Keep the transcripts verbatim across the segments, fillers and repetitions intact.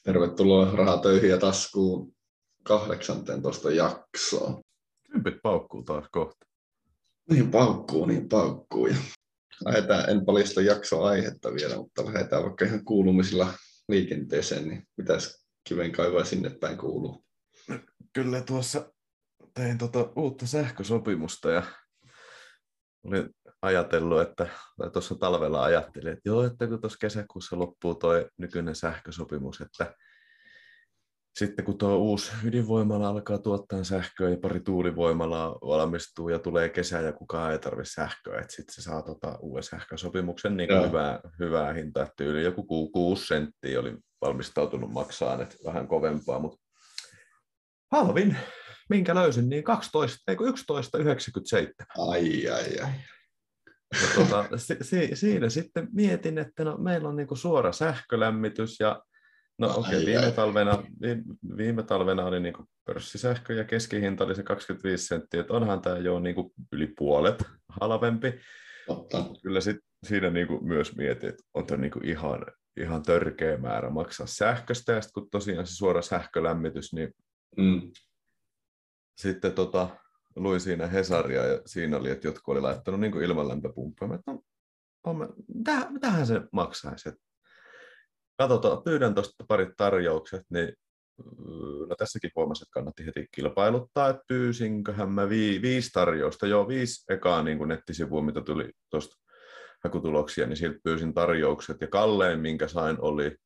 Tervetuloa Rahatöihin ja taskuun kahdeksantoista jaksoon. Kympit paukkuu taas kohta. Niin paukkuu, niin paukkuu. Ja lähdetään, en paljasta jaksoaihetta vielä, mutta lähdetään vaikka ihan kuulumisilla liikenteeseen, niin pitäisi kivenkaivaa sinne päin kuuluu. Kyllä tuossa tein tota uutta sähkösopimusta ja olin ajatellut, että, tai tuossa talvella ajattelin, että joo, että kun tuossa kesäkuussa loppuu toi nykyinen sähkösopimus, että sitten kun tuo uusi ydinvoimala alkaa tuottaa sähköä ja pari tuulivoimalaa valmistuu ja tulee kesä ja kukaan ei tarvitse sähköä, että sitten se saa tota uuden sähkösopimuksen niin kuin hyvää, hyvää hintaa, tyyli joku ku, kuusi senttiä oli valmistautunut maksaa, että vähän kovempaa, mutta halvin, minkä löysin, niin kaksitoista, eikö yksitoista yhdeksänkymmentäseitsemän. Ai, ai, ai. Ja tuota, si, si, siinä sitten mietin, että no, meillä on niinku suora sähkölämmitys ja no okei, okay, viime, talvena, viime, viime talvena oli niinku pörssisähkö ja keskihinta oli se kaksikymmentäviisi senttiä, että onhan tämä jo niinku yli puolet halvempi. Totta. Kyllä sit siinä niinku myös mietin, että on tämä niinku ihan, ihan törkeä määrä maksaa sähköstä ja sitten kun tosiaan se suora sähkölämmitys, niin Mm. sitten tota, luin siinä Hesaria ja siinä oli, että jotkut oli laittanut niin ilmanlämpöpumppuja. Mä, no, on, mitä, mitähän se maksaisi? Et katsotaan, pyydän tuosta parit tarjoukset, niin no tässäkin huomasin, että kannatti heti kilpailuttaa, että pyysinköhän mä vi, viisi tarjousta, joo viisi ekaa niin kuin nettisivua, mitä tuli tuosta hakutuloksia, niin siltä pyysin tarjoukset ja kallein, minkä sain, oli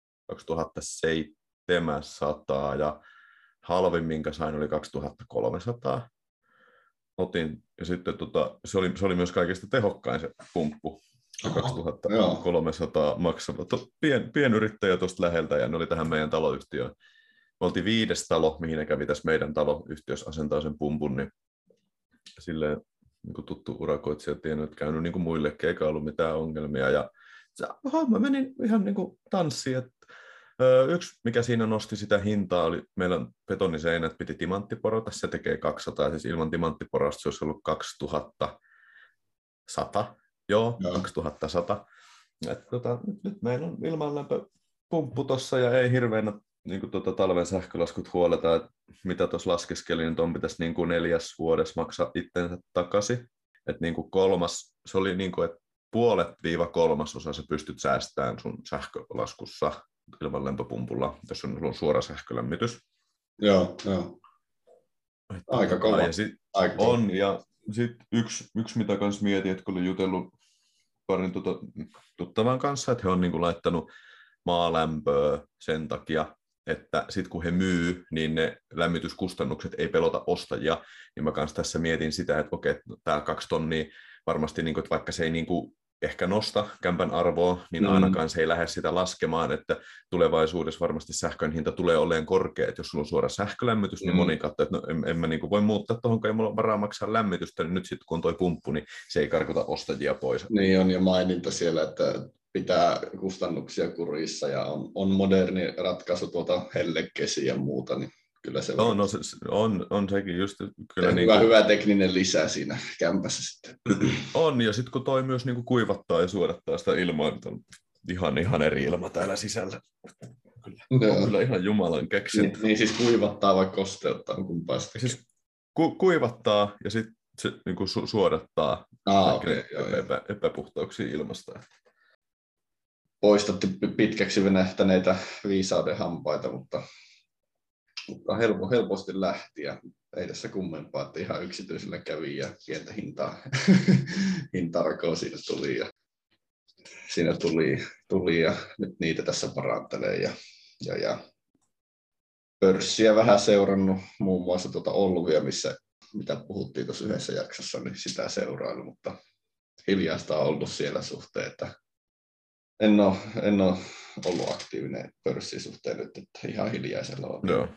kaksituhattaseitsemänsataa ja halvin, minkä sain, oli kaksituhattakolmesataa. Otin, ja sitten tota, se, oli, se oli myös kaikista tehokkain se pumppu, se kaksituhattakolmesataa maksava. Pien, pienyrittäjä tuosta läheltä, ja ne oli tähän meidän taloyhtiöön. Me oltiin viides talo, mihin ne kävi tässä meidän taloyhtiössä asentaa sen pumpun, niin silleen niin tuttu urakoitsija tiennyt, että käynyt niin kuin muillekin, eikä ollut mitään ongelmia. Ja se homma meni ihan niin kuin tanssiin, että yksi, mikä siinä nosti sitä hintaa, oli meillä betoniseinät piti timanttiporata, se tekee kaksisataa, siis ilman timanttiporausta se olisi ollut kaksituhattasata. Joo, Joo. kaksituhattasata. Et, tota, nyt, nyt meillä on ilmanlämpöpumppu tuossa ja ei hirveänä niin tuota, talven sähkölaskut huoleta, että mitä tuossa laskeskelin, niin tuon pitäisi niin kuin neljäs vuodessa maksaa itsensä takaisin. Et, niin kuin kolmas, se oli niin kuin, että puolet viiva kolmasosa sä pystyt säästämään sun sähkölaskussa ilman lämpöpumpulla, jos on, on suora sähkölämmitys. Joo, joo. Aika kova. Ja sit Aika on, kova. ja sitten yksi, yksi, mitä kanssa mietin, että kun olin jutellut parin tuota, tuttavan kanssa, että he on niinku laittanut maalämpöä sen takia, että sitten kun he myy, niin ne lämmityskustannukset ei pelota ostajia, niin mä kanssa tässä mietin sitä, että okei, tämä kaksi tonnia varmasti, niinku, että vaikka se ei niinku ehkä nosta kämpän arvoa, niin mm. ainakaan se ei lähde sitä laskemaan, että tulevaisuudessa varmasti sähkön hinta tulee olemaan korkea, että jos sulla on suora sähkölämmitys, mm. niin moni katsoo, että no, en, en mä niin kuin voi muuttaa tuohon, kun ei mulla ole varaa maksaa lämmitystä, niin nyt sitten kun on toi pumppu, niin se ei karkota ostajia pois. Niin on jo maininta siellä, että pitää kustannuksia kurissa ja on, on moderni ratkaisu tuota hellekesiä ja muuta, niin kyllä se on, no, se, on, on sekin just. Kyllä niin hyvä, kuin hyvä tekninen lisä siinä kämpässä sitten. On, ja sitten kun toi myös niin kuin kuivattaa ja suodattaa sitä ilmaa, niin on ihan, ihan eri ilma täällä sisällä. Kyllä, on kyllä ihan jumalan keksintö. Niin, niin siis kuivattaa vai kosteuttaa kumpaa sitä? Siis ku, kuivattaa ja sitten se niin kuin su, suodattaa ah, okay, epä, epäpuhtauksia ilmasta. Poistatte pitkäksi venähtäneitä viisauden hampaita, mutta Mutta helpo, helposti lähti ja ei tässä kummempaa, että ihan yksityisellä kävi ja pientä hintaa, hinta-arkoa siinä tuli ja, siinä tuli, tuli ja nyt niitä tässä parantelee ja, ja, ja pörssiä vähän seurannut, muun muassa tuota Olvia, missä, mitä puhuttiin tuossa yhdessä jaksossa, niin sitä seurailu, mutta hiljaista on ollut siellä suhteen, että en ole, en ole ollut aktiivinen pörssin suhteen nyt, että ihan hiljaisella on. Joo.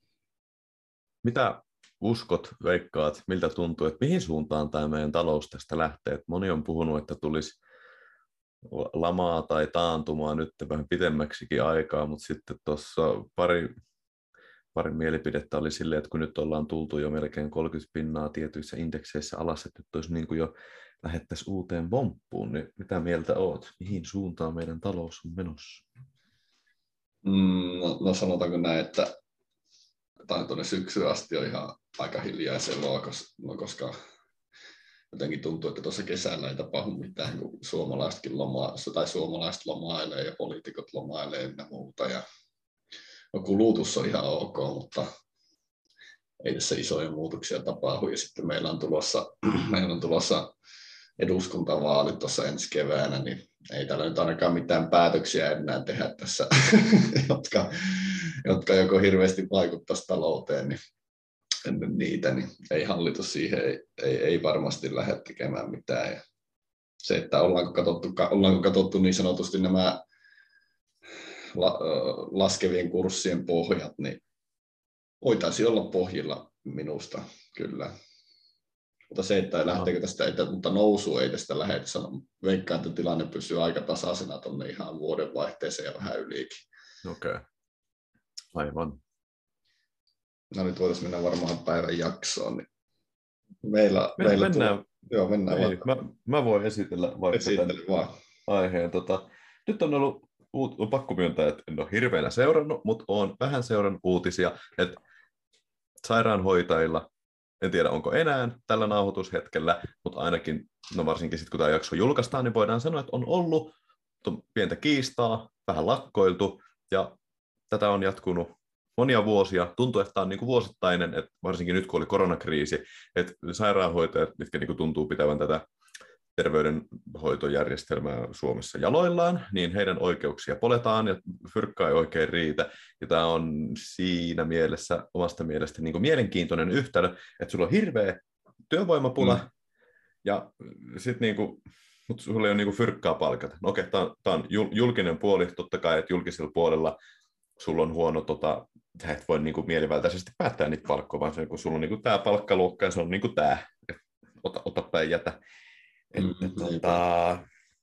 Mitä uskot, veikkaat, miltä tuntuu, että mihin suuntaan tämä meidän talous tästä lähtee? Että moni on puhunut, että tulisi lamaa tai taantumaa nyt vähän pitemmäksikin aikaa, mutta sitten tuossa pari, pari mielipidettä oli silleen, että kun nyt ollaan tultu jo melkein kolmekymmentä pinnaa tietyissä indekseissä alas, että nyt olisi niin kuin jo lähettäisiin uuteen bomppuun, niin mitä mieltä oot? Mihin suuntaan meidän talous on menossa? Mm, no, no sanotaanko näin, että tai tuonne syksyyn asti on ihan aika hiljaisella, no, koska jotenkin tuntuu, että tuossa kesällä ei tapahdu mitään, kun suomalaisetkin loma, tai suomalaiset lomailee ja poliitikot lomailee ja muuta. Ja no, kulutus on ihan ok, mutta ei tässä isoja muutoksia tapahdu. Ja sitten meillä on tulossa, meillä on tulossa eduskuntavaalit tuossa ensi keväänä, niin ei täällä nyt ainakaan mitään päätöksiä enää tehdä tässä, jotka, jotka joko hirveästi vaikuttaisi talouteen, niin ennen niitä, niin ei hallitus siihen ei, ei, ei varmasti lähde tekemään mitään. Ja se, että ollaanko katsottu, ollaanko katsottu niin sanotusti nämä la, laskevien kurssien pohjat, niin voitaisiin olla pohjilla minusta kyllä. Mutta se, että lähteekö tästä, että, mutta nousu ei tästä lähde. Veikkaan, että tilanne pysyy aika tasaisena tuonne ihan vuodenvaihteeseen ja vähän ylikin. Okei, okay. Aivan. No nyt voitaisiin mennä varmaan päivän jaksoon. Niin meillä, Me, meillä mennään. Tuo, joo, mennään ei, mä, mä voin esitellä vaikka Esittely tämän vaan. aiheen. Tota, nyt on ollut, on pakko myöntää, että en ole hirveänä seurannut, mutta olen vähän seurannut uutisia, että sairaanhoitajilla, en tiedä onko enää tällä nauhoitushetkellä, mutta ainakin, no varsinkin sitten kun tämä jakso julkaistaan, niin voidaan sanoa, että on ollut pientä kiistaa, vähän lakkoiltu, ja tätä on jatkunut monia vuosia. Tuntuu, että tämä on niin kuin vuosittainen, että varsinkin nyt kun oli koronakriisi, että sairaanhoitajat, mitkä niin kuin tuntuu pitävän tätä terveydenhoitojärjestelmää Suomessa jaloillaan, niin heidän oikeuksia poletaan ja fyrkkaa ei oikein riitä. Ja tämä on siinä mielessä, omasta mielestä niin kuin mielenkiintoinen yhtälö, että sulla on hirveä työvoimapula, mm. ja sitten niin kuin, mutta sulla ei ole niin kuin fyrkkaa palkata. No okei, tämä on, tämä on julkinen puoli, totta kai, että julkisella puolella sulla on huono, tota, sä et voi niin kuin mielivaltaisesti päättää niitä palkkoja, vaan se, kun sulla on niin kuin tämä palkkaluokka ja se on niin kuin tämä, ota, ota päin jätä. Että, mm, tota,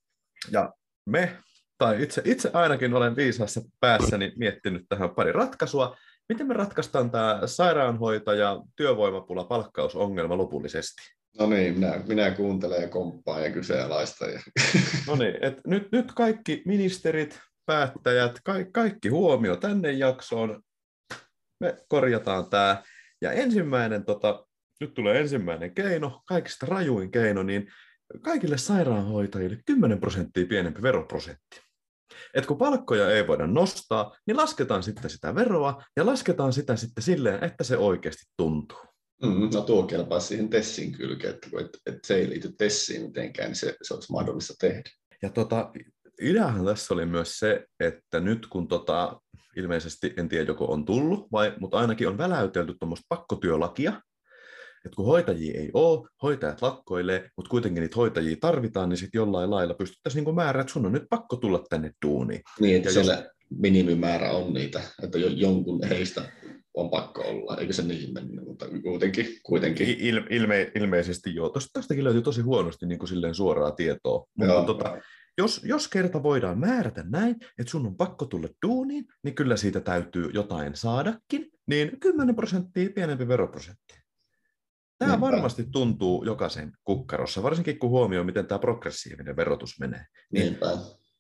ja me, tai itse, itse ainakin olen viisaassa päässäni miettinyt tähän pari ratkaisua. Miten me ratkaistaan tämä sairaanhoitaja, työvoimapula, palkkausongelma lopullisesti? No niin, minä, minä kuuntelen ja komppaan ja kyseenalaistan. Ja... No niin, että nyt, nyt kaikki ministerit, päättäjät, ka- kaikki huomio tänne jaksoon. Me korjataan tämä. Ja ensimmäinen, tota, nyt tulee ensimmäinen keino, kaikista rajuin keino, niin kaikille sairaanhoitajille kymmenen prosenttia pienempi veroprosentti. Et kun palkkoja ei voida nostaa, niin lasketaan sitten sitä veroa ja lasketaan sitä sitten silleen, että se oikeasti tuntuu. Mm, no tuo kelpaa siihen Tessin kylkeen, että et, et se ei liity Tessiin mitenkään, niin se, se olisi mahdollista tehdä. Ja tota, ideahan tässä oli myös se, että nyt kun tota, ilmeisesti, en tiedä joko on tullut, vai, mutta ainakin on väläytelty tuommoista pakkotyölakia, että kun hoitajia ei ole, hoitajat lakkoilee, mutta kuitenkin niitä hoitajia tarvitaan, niin sitten jollain lailla pystyttäisiin niin määrää, että sun on nyt pakko tulla tänne duuniin. Niin, että ja siellä jos... minimimäärä on niitä, että jonkun heistä on pakko olla, eikö se niin mennyt, mutta kuitenkin. kuitenkin. Il, ilme, ilmeisesti joo, tästäkin löytyy tosi huonosti niin kuin silleen suoraa tietoa, mutta joo, tota, jos, jos kerta voidaan määrätä näin, että sun on pakko tulla duuniin, niin kyllä siitä täytyy jotain saadakin, niin kymmenen prosenttia pienempi veroprosentti. Tämä Niinpä. Varmasti tuntuu jokaisen kukkarossa, varsinkin kun huomioi, miten tämä progressiivinen verotus menee. Niinpä.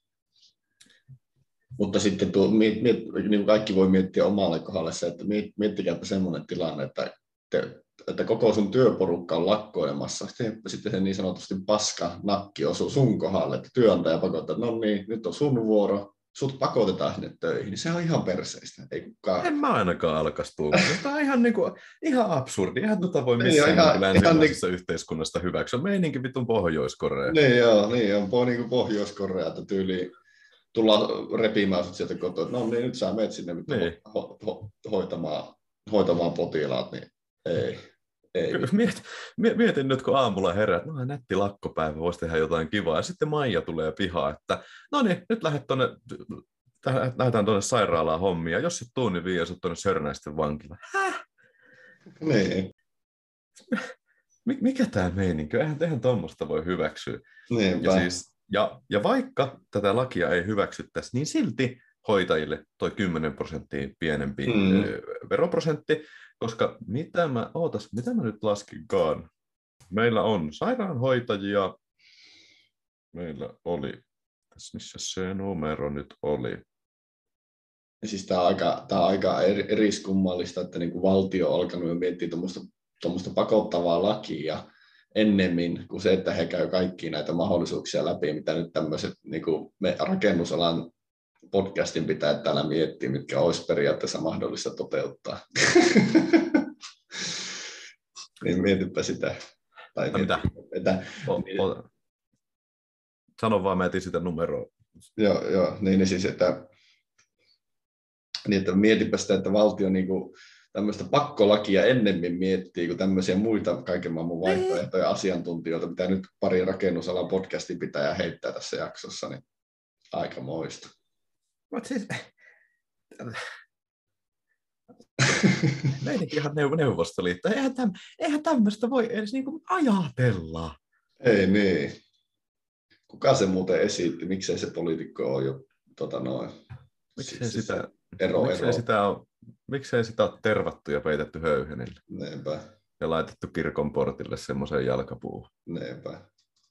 Mutta sitten tuo, miet, miet, niin kaikki voi miettiä omalle kohdalle se, että miet, miettikääpä semmoinen tilanne, että, te, että koko sun työporukka on lakkoilemassa. Sitten, sitten se niin sanotusti paska nakki osuu sun kohdalle, että työnantaja pakottaa, että no niin, nyt on sun vuoro. Sut pakotetaan sinne töihin, niin se on ihan perseistä. Ei kukaan... En mä ainakaan alkaisi tuumaa. Tämä on ihan, niin kuin, ihan absurdi. Eihän tota voi missään niin länsimaisessa niin... yhteiskunnasta hyväksyä. Meininkin vitun Pohjois-Korea. Niin joo, niin on niin kuin Pohjois-Korea, että tyyliin tullaan repimään sut sieltä kotoa, että no niin, nyt sä menet sinne niin. ho- ho- hoitamaan, hoitamaan potilaat, niin ei. ei. Mietin, mietin nyt, kun aamulla herää, että no nätti lakkopäivä, voisi tehdä jotain kivaa, ja sitten Maija tulee pihaan, että no niin, nyt lähdet tonne, lähdetään tuonne sairaalaan hommia, jos et tuu, niin vie sut tuonne Sörnäisten vankilaan. Häh? Niin. Mikä tämä meininki? Eihän, eihän tuommoista voi hyväksyä. Niinpä. Ja, siis, ja, ja vaikka tätä lakia ei hyväksyttäisi, niin silti hoitajille toi kymmenen prosenttia pienempi mm. veroprosentti, koska mitä mä, ootas, mitä mä nyt laskinkaan? Meillä on sairaanhoitajia, meillä oli, tässä missä se numero nyt oli, siis tämä on aika, tää on aika eriskummallista, että niin kuin valtio on alkanut jo miettiä tuommoista pakottavaa lakia ennemmin kuin se, että he käy kaikkia näitä mahdollisuuksia läpi, mitä nyt tämmöiset niin kuin me rakennusalan podcastin pitää täällä miettiä, mitkä olisi periaatteessa mahdollista toteuttaa. Niin mietipä sitä. Tai mitä? Että, o, o, sano vaan, mä etin sitä numeroa. Joo, joo niin, niin siis, että, niin, että mietipä sitä, että valtio niin kuin, tämmöistä pakkolakia ennemmin miettii kuin tämmöisiä muita kaiken maailman vaihtoehtoja ja asiantuntijoita, mitä nyt pari rakennusalan podcastin pitää heittää tässä jaksossa, niin aika moista. Mutta siis... Meidänkin ihan Neuvostoliitto. Eihän, täm, eihän tämmöistä voi edes niinku ajatella. Ei niin. Kuka se muuten esitti? Miksei se poliitikko ole jo tota noin? Miksei sitä, ero, miksei ero. sitä ole, miksei sitä ole tervattu ja peitetty höyhenille? Neepä. Ja laitettu kirkon portille semmoiseen jalkapuuhun. Neepä.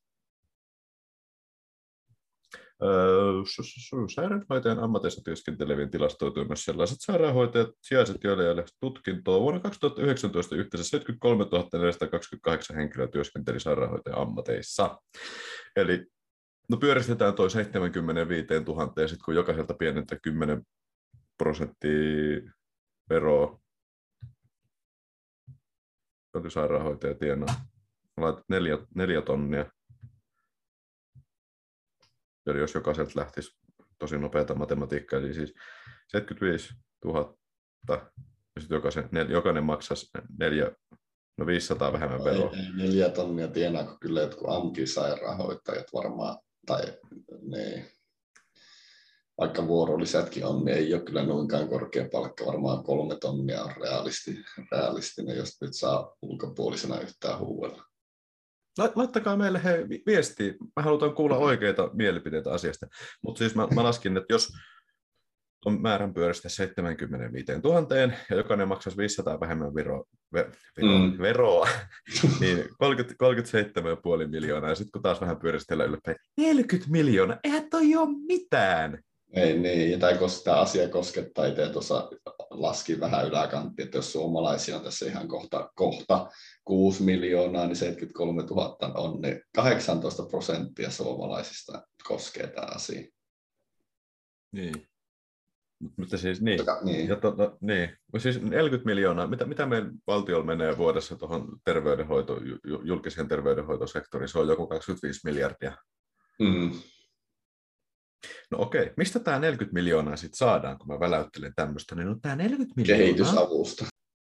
Öö, sairaanhoitajan ammateissa työskentelevien tilastoituu myös sellaiset sairaanhoitajat, sijaiset, joille ei ole tutkintoa. Vuonna kaksituhattayhdeksäntoista yhteensä seitsemänkymmentäkolmetuhatta neljäsataakaksikymmentäkahdeksan henkilöä työskenteli sairaanhoitajan ammateissa. Eli no pyöristetään toi seitsemänkymmentäviisituhatta ja sitten kun jokaiselta pienentää kymmenen prosenttia veroa, joku sairaanhoitaja tienaa, laitat neljä, neljä tonnia. Eli jos jokaiselta lähtisi tosi nopeata matematiikkaa, eli siis seitsemänkymmentäviisituhatta, ja sitten jokaisen, nel, jokainen maksaisi neljä, no viisisataa vähemmän veroa. Ei, ei neljä tonnia tienaako kyllä jotkut A M K-sairaanhoitajat varmaan, tai ne, vaikka vuorolisätkin on, niin ei ole kyllä noinkaan korkea palkka, varmaan kolme tonnia on realisti, realistinen, jos nyt saa ulkopuolisena yhtään huuella. Laittakaa meille he viestiä. Mä halutaan kuulla oikeita mielipiteitä asiasta. Mutta siis mä, mä laskin, että jos on määrän pyöristä seitsemänkymmentäviisituhatta ja jokainen maksaisi viisisataa vähemmän viro, ve, viro, mm. veroa, niin kolmekymmentä, kolmekymmentäseitsemän pilkku viisi miljoonaa. Ja sitten kun taas vähän pyöristellään ylöspäin, neljäkymmentä miljoonaa. Eihän toi ole mitään. Ei niin, ja tämä, tämä asia koskettaa itse tuossa laski vähän yläkantti, että jos suomalaisia on tässä ihan kohta, kohta kuusi miljoonaa, niin seitsemänkymmentäkolmetuhatta on, niin kahdeksantoista prosenttia suomalaisista koskee tämä asia. Niin. Mutta siis niin. Joka, niin. Ja to, to, niin. Siis neljäkymmentä miljoonaa. Mitä, mitä meidän valtiolla menee vuodessa tuohon terveydenhoito, julkisen terveydenhoitosektoriin? Se on joku kaksikymmentäviisi miljardia. Mm. No okei, mistä tämä neljäkymmentä miljoonaa sitten saadaan, kun mä väläyttelen tämmöistä, niin on tämä neljäkymmentä miljoonaa. Kehitysavusta.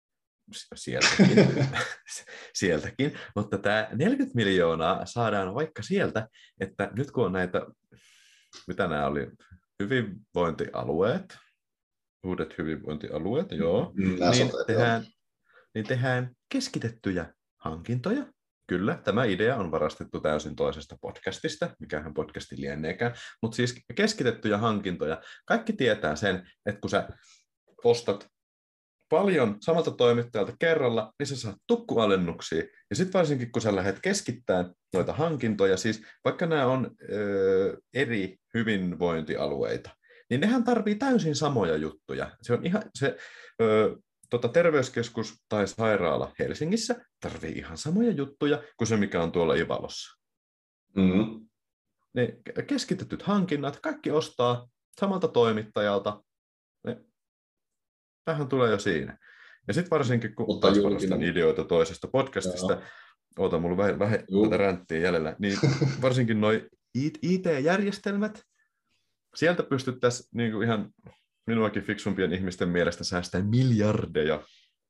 Sieltäkin, sieltäkin, mutta tämä neljäkymmentä miljoonaa saadaan vaikka sieltä, että nyt kun on näitä, mitä nämä oli, hyvinvointialueet, uudet hyvinvointialueet, joo, mm, niin, tehdään, niin tehdään keskitettyjä hankintoja. Kyllä, tämä idea on varastettu täysin toisesta podcastista, mikähän podcasti lieneekään, mutta siis keskitettyjä hankintoja. Kaikki tietää sen, että kun sä ostat paljon samalta toimittajalta kerralla, niin sä saat tukkualennuksia. Ja sitten varsinkin, kun sä lähdet keskittämään noita hankintoja, siis vaikka nämä on ö, eri hyvinvointialueita, niin nehän tarvii täysin samoja juttuja. Se on ihan se... Ö, Tota, terveyskeskus tai sairaala Helsingissä tarvii ihan samoja juttuja kuin se, mikä on tuolla Ivalossa. Mm-hmm. Ne keskitetyt hankinnat, kaikki ostaa samalta toimittajalta. Ne, tähän tulee jo siinä. Ja sitten varsinkin, kun taas varastan ideoita toisesta podcastista, oota, mulla vähän, vähän tätä ränttiä jäljellä, niin varsinkin noi I T-järjestelmät, sieltä pystyttäisiin niinku ihan... Minuakin fiksumpien ihmisten mielestä säästää miljardeja.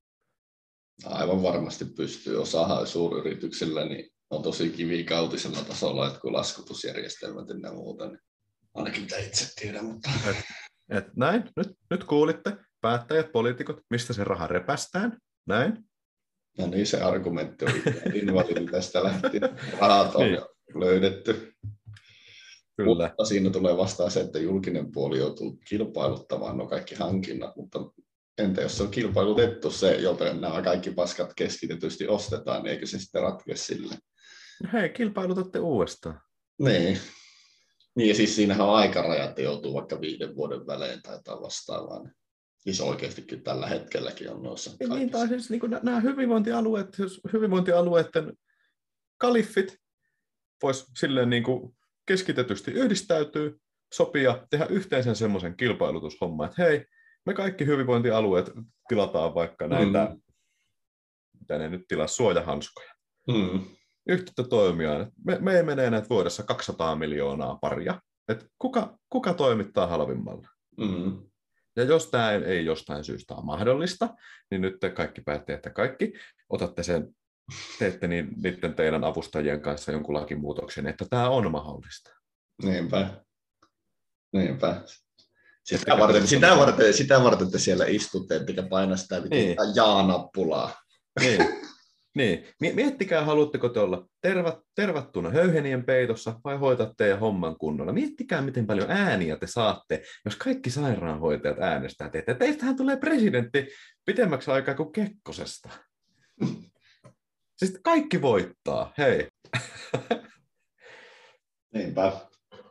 Aivan varmasti pystyy. Osahan suuryrityksillä niin on tosi kivikautisella tasolla, että kun laskutusjärjestelmät ja muuta, niin ainakin mitä itse tiedän. Mutta... Et, et näin, nyt, nyt kuulitte, päättäjät, poliitikot, mistä se raha repästään, näin. No niin, se argumentti oli invalidi tästä lähtien. Rahat on niin löydetty. Kyllä. Mutta siinä tulee vastaan se, että julkinen puoli joutuu kilpailuttamaan nuo kaikki hankinnat, mutta entä jos se on kilpailutettu se, jolta nämä kaikki paskat keskitetysti ostetaan, niin eikö se sitten ratkea sille? Hei, kilpailutatte uudestaan. Niin. Niin ja siis siinähän on aikarajat, joutuu vaikka viiden vuoden välein tai jotain vastaavaa. Siis oikeastikin tällä hetkelläkin on noissa kaikissa. Niin, tai siis niin nämä hyvinvointialueet, siis hyvinvointialueiden kaliffit vois silleen niin kuin keskitetysti yhdistäytyy, sopia, tehdä yhteisen semmoisen kilpailutushomman, että hei, me kaikki hyvinvointialueet tilataan vaikka näitä, mm. mitä ne nyt tilaa, suojahanskoja. Mm. Yhtä toimijaa. Me, me menee näitä vuodessa kaksisataa miljoonaa paria. Et kuka, kuka toimittaa halvimmalla? Mm. Ja jos tämä ei jostain syystä ole mahdollista, niin nyt te kaikki päätte, että kaikki otatte sen, teette niin, niiden teidän avustajien kanssa jonkun lakimuutoksen, että tämä on mahdollista. Niinpä. Niinpä. Sitä varten, sitä, varten, sitä varten te siellä istutte, ettekä paina sitä niin. jaa-nappulaa. Niin. Niin. Miettikää, haluatteko te olla tervat, tervattuna höyhenien peitossa vai hoitaa teidän homman kunnolla. Miettikää, miten paljon ääniä te saatte, jos kaikki sairaanhoitajat äänestää teitä. Teistähän tulee presidentti pitemmäksi aikaa kuin Kekkosesta. Siis kaikki voittaa, hei. Niinpä.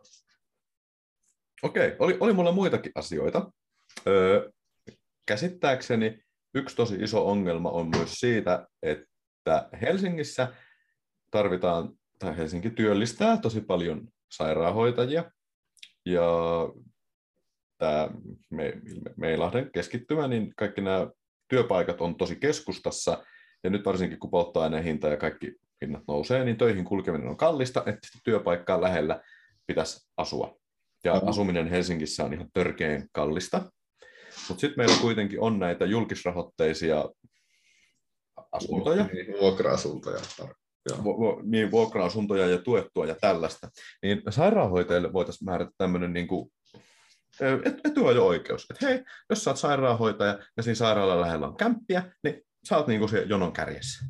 Okei, oli, oli mulla muitakin asioita. Öö, käsittääkseni yksi tosi iso ongelma on myös siitä, että Helsingissä tarvitaan, tai Helsinki työllistää tosi paljon sairaanhoitajia, ja tämä me, Meilahden keskittymä, niin kaikki nämä työpaikat on tosi keskustassa, ja nyt varsinkin kun polttoaineen hinta ja kaikki hinnat nousee, niin töihin kulkeminen on kallista, että työpaikkaa lähellä pitäisi asua. Ja no. asuminen Helsingissä on ihan törkeän kallista. Mutta sitten meillä kuitenkin on näitä julkisrahoitteisia asuntoja. Vuokra-asuntoja. Vu- vu- niin, vuokra-asuntoja ja tuettua ja tällaista. Niin sairaanhoitajille voitaisiin määrätä tämmöinen niin kuin etuajo-oikeus. Että hei, jos sä oot sairaanhoitaja ja siinä sairaalan lähellä on kämppiä, niin sä oot niin kuin siellä jonon kärjessä.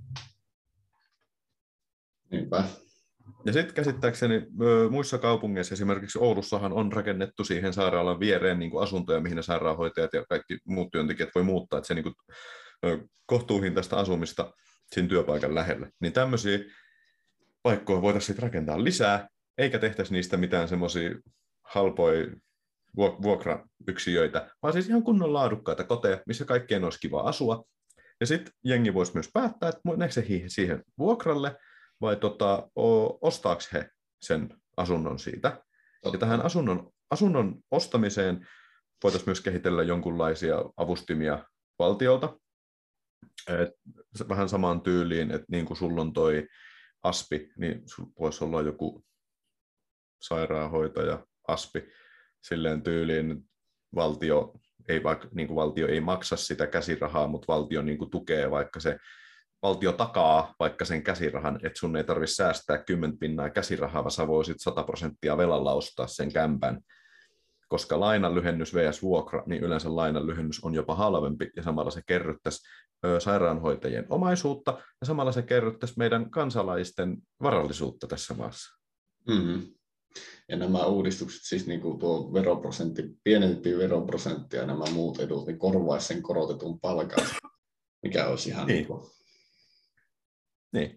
Niinpä. Ja sitten käsittääkseni muissa kaupungeissa, esimerkiksi Oulussahan on rakennettu siihen sairaalan viereen niin kuin asuntoja, mihin ne sairaanhoitajat ja kaikki muut työntekijät voi muuttaa, että se niin kuin, kohtuuhintaista asumista siinä työpaikan lähellä. Niin tämmöisiä paikkoja voitaisiin rakentaa lisää, eikä tehtäisi niistä mitään semmoisia halpoja vuokrayksiöitä, vaan siis ihan kunnon laadukkaita koteja, missä kaikkien olisi kiva asua. Ja sitten jengi voisi myös päättää, että meneekö se siihen vuokralle, vai tota, ostaako he sen asunnon siitä. Totta. Ja tähän asunnon, asunnon ostamiseen voitaisiin myös kehitellä jonkunlaisia avustimia valtiolta. Et vähän samaan tyyliin, että niin kuin sulla on toi aspi, niin voisi olla joku sairaanhoitaja aspi silleen tyyliin. Valtio ei, vaikka, niin kuin valtio ei maksa sitä käsirahaa, mutta valtio niin kuin tukee, vaikka se valtio takaa vaikka sen käsirahan, että sun ei tarvitse säästää kymmentä pinnaa käsirahaa, vaan sä voisit sata prosenttia velalla ostaa sen kämpän. Koska lainan lyhennys versus vuokra, niin yleensä lainan lyhennys on jopa halvempi, ja samalla se kerryttäisi sairaanhoitajien omaisuutta, ja samalla se kerryttäisi meidän kansalaisten varallisuutta tässä maassa. Mm-hmm. Ja nämä uudistukset, siis niin kuin tuo veroprosentti, pienempi veroprosentti ja nämä muut edut, niin korvaisi sen korotetun palkan, mikä olisi ihan niin, niin kuin... Niin.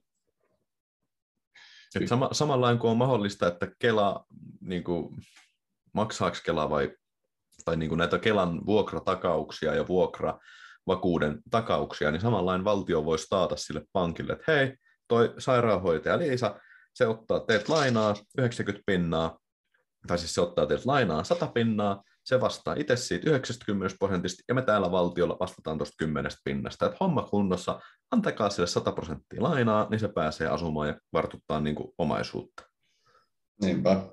Et sama, samanlain kuin on mahdollista, että Kela, niin kuin, maksaako Kela vai, tai niin kuin näitä Kelan vuokratakauksia ja vuokravakuuden takauksia, niin samanlain valtio voisi taata sille pankille, että hei, toi sairaanhoitaja Liisa, se ottaa teiltä lainaa yhdeksänkymmentä pinnaa, tai siis se ottaa teiltä lainaa sata pinnaa, se vastaa itse siitä yhdeksänkymmentä prosentista, ja me täällä valtiolla vastataan tuosta kymmenestä pinnasta. Että homma kunnossa, antakaa sille sata prosenttia lainaa, niin se pääsee asumaan ja vartuttaa niin kuin omaisuutta. Niinpä.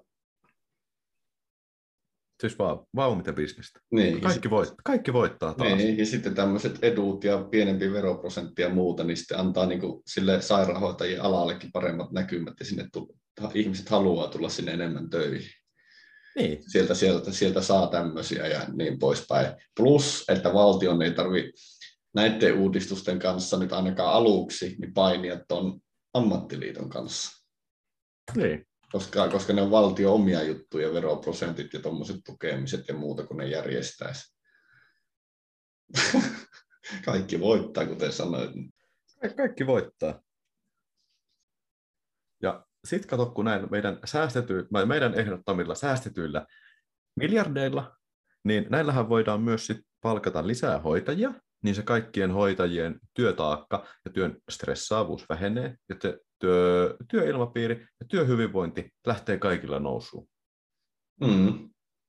Siis vau, vau mitä bisnestä. Niin, kaikki, voit, kaikki voittaa taas. Niin, ja sitten tämmöiset edut ja pienempi veroprosentti ja muuta, niin sitten antaa niin kuin sille sairaanhoitajien alallekin paremmat näkymät, ja sinne tu- ihmiset haluaa tulla sinne enemmän töihin. Niin. Sieltä, sieltä, sieltä saa tämmöisiä ja niin poispäin. Plus, että valtion ei tarvitse näiden uudistusten kanssa nyt ainakaan aluksi niin painia tuon ammattiliiton kanssa. Niin. Koska, koska ne on valtion omia juttuja, veroprosentit ja tuommoiset tukemiset ja muuta, kun ne järjestäisi. Kaikki voittaa, kuten sanoit. Ka- kaikki voittaa. Ja sitten kato, kun näin meidän, säästety, meidän ehdottamilla säästetyillä miljardeilla, niin näillähän voidaan myös sit palkata lisää hoitajia, niin se kaikkien hoitajien työtaakka ja työn stressaavuus vähenee, ja te, työ, työilmapiiri ja työhyvinvointi lähtee kaikilla nousuun. Mm.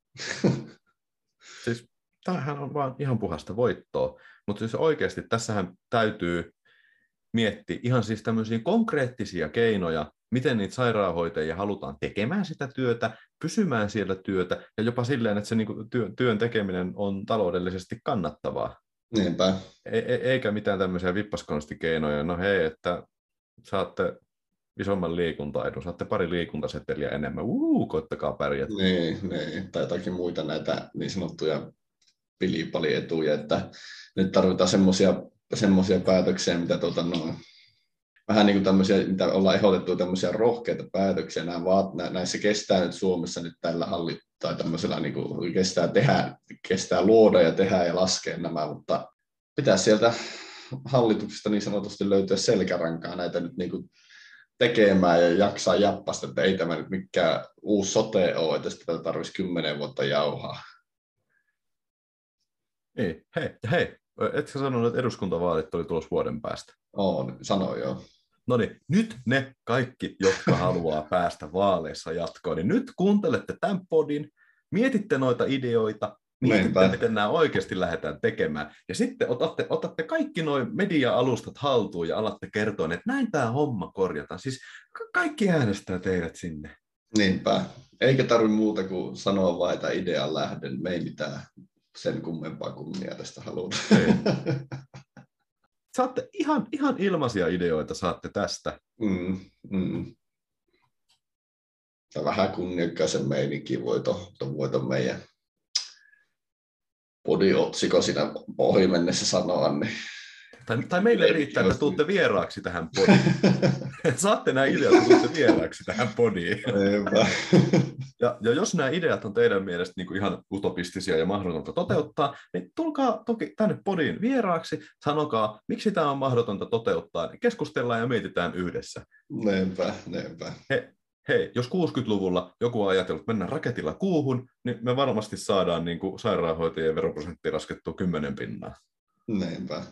Siis tämähän on vaan ihan puhasta voittoa, mutta siis oikeasti tässähän täytyy miettiä ihan siis tämmöisiä konkreettisia keinoja, miten niitä sairaanhoitajia halutaan tekemään sitä työtä, pysymään siellä työtä ja jopa silleen, että se niinku työn tekeminen on taloudellisesti kannattavaa. Niinpä. E- eikä mitään tämmöisiä vippaskonstikkeinoja, no hei, että saatte isomman liikuntaedun, saatte pari liikuntaseteliä enemmän, uuu, koittakaa pärjätä. Niin, niin, tai jotakin muita näitä niin sanottuja pilipalietuja, että nyt tarvitaan semmoisia semmoisia päätöksiä, mitä tuota, no, vähän niin kuin tämmöisiä, mitä ollaan ehdotettu tämmöisiä rohkeita päätöksiä, nämä vaat, nä, näissä kestää nyt Suomessa nyt tällä halli, tai tämmöisellä niin kuin kestää tehdä, kestää luoda ja tehdä ja laskea nämä, mutta pitää sieltä hallituksesta niin sanotusti löytyä selkärankaa näitä nyt niin kuin tekemään ja jaksaa jappasta, että ei tämä nyt mikään uusi sote ole, että sitä tarvitsisi kymmenen vuotta jauhaa. Niin, hei, hei. Etkö sanonut, että eduskuntavaalit oli tulossa vuoden päästä? On, sanoin joo. No niin, nyt ne kaikki, jotka haluaa päästä vaaleissa jatkoon, niin nyt kuuntelette tämän podin, mietitte noita ideoita, mietitte, Meinpä. miten nämä oikeasti lähdetään tekemään, ja sitten otatte, otatte kaikki nuo media-alustat haltuun ja alatte kertoa, että näin tämä homma korjataan. Siis kaikki äänestää teidät sinne. Niinpä. Eikä tarvitse muuta kuin sanoa vain, että idean lähden, me ei mitään sen kummempaa kunnia tästä haluta. Saatte ihan, ihan ilmaisia ideoita saatte tästä. Mm, mm. Vähän kunniakkaisen meininkin voito, voito meidän podiotsiko siinä ohi mennessä sanoa. Niin. Tai, tai meille riittää, että tuutte vieraaksi tähän podiin. Saatte nämä ideat, että tuutte vieraaksi tähän podiin. ja, ja jos nämä ideat on teidän mielestä niin kuin ihan utopistisia ja mahdotonta toteuttaa, niin tulkaa toki tänne podiin vieraaksi, sanokaa, miksi tämä on mahdotonta toteuttaa, niin keskustellaan ja mietitään yhdessä. Neempä, neempä. He, hei, jos kuusikymmentäluvulla joku on ajatellut, että mennään raketilla kuuhun, niin me varmasti saadaan niin kuin sairaanhoitajien veroprosentti laskettua kymmenen pinnaa. Neempä.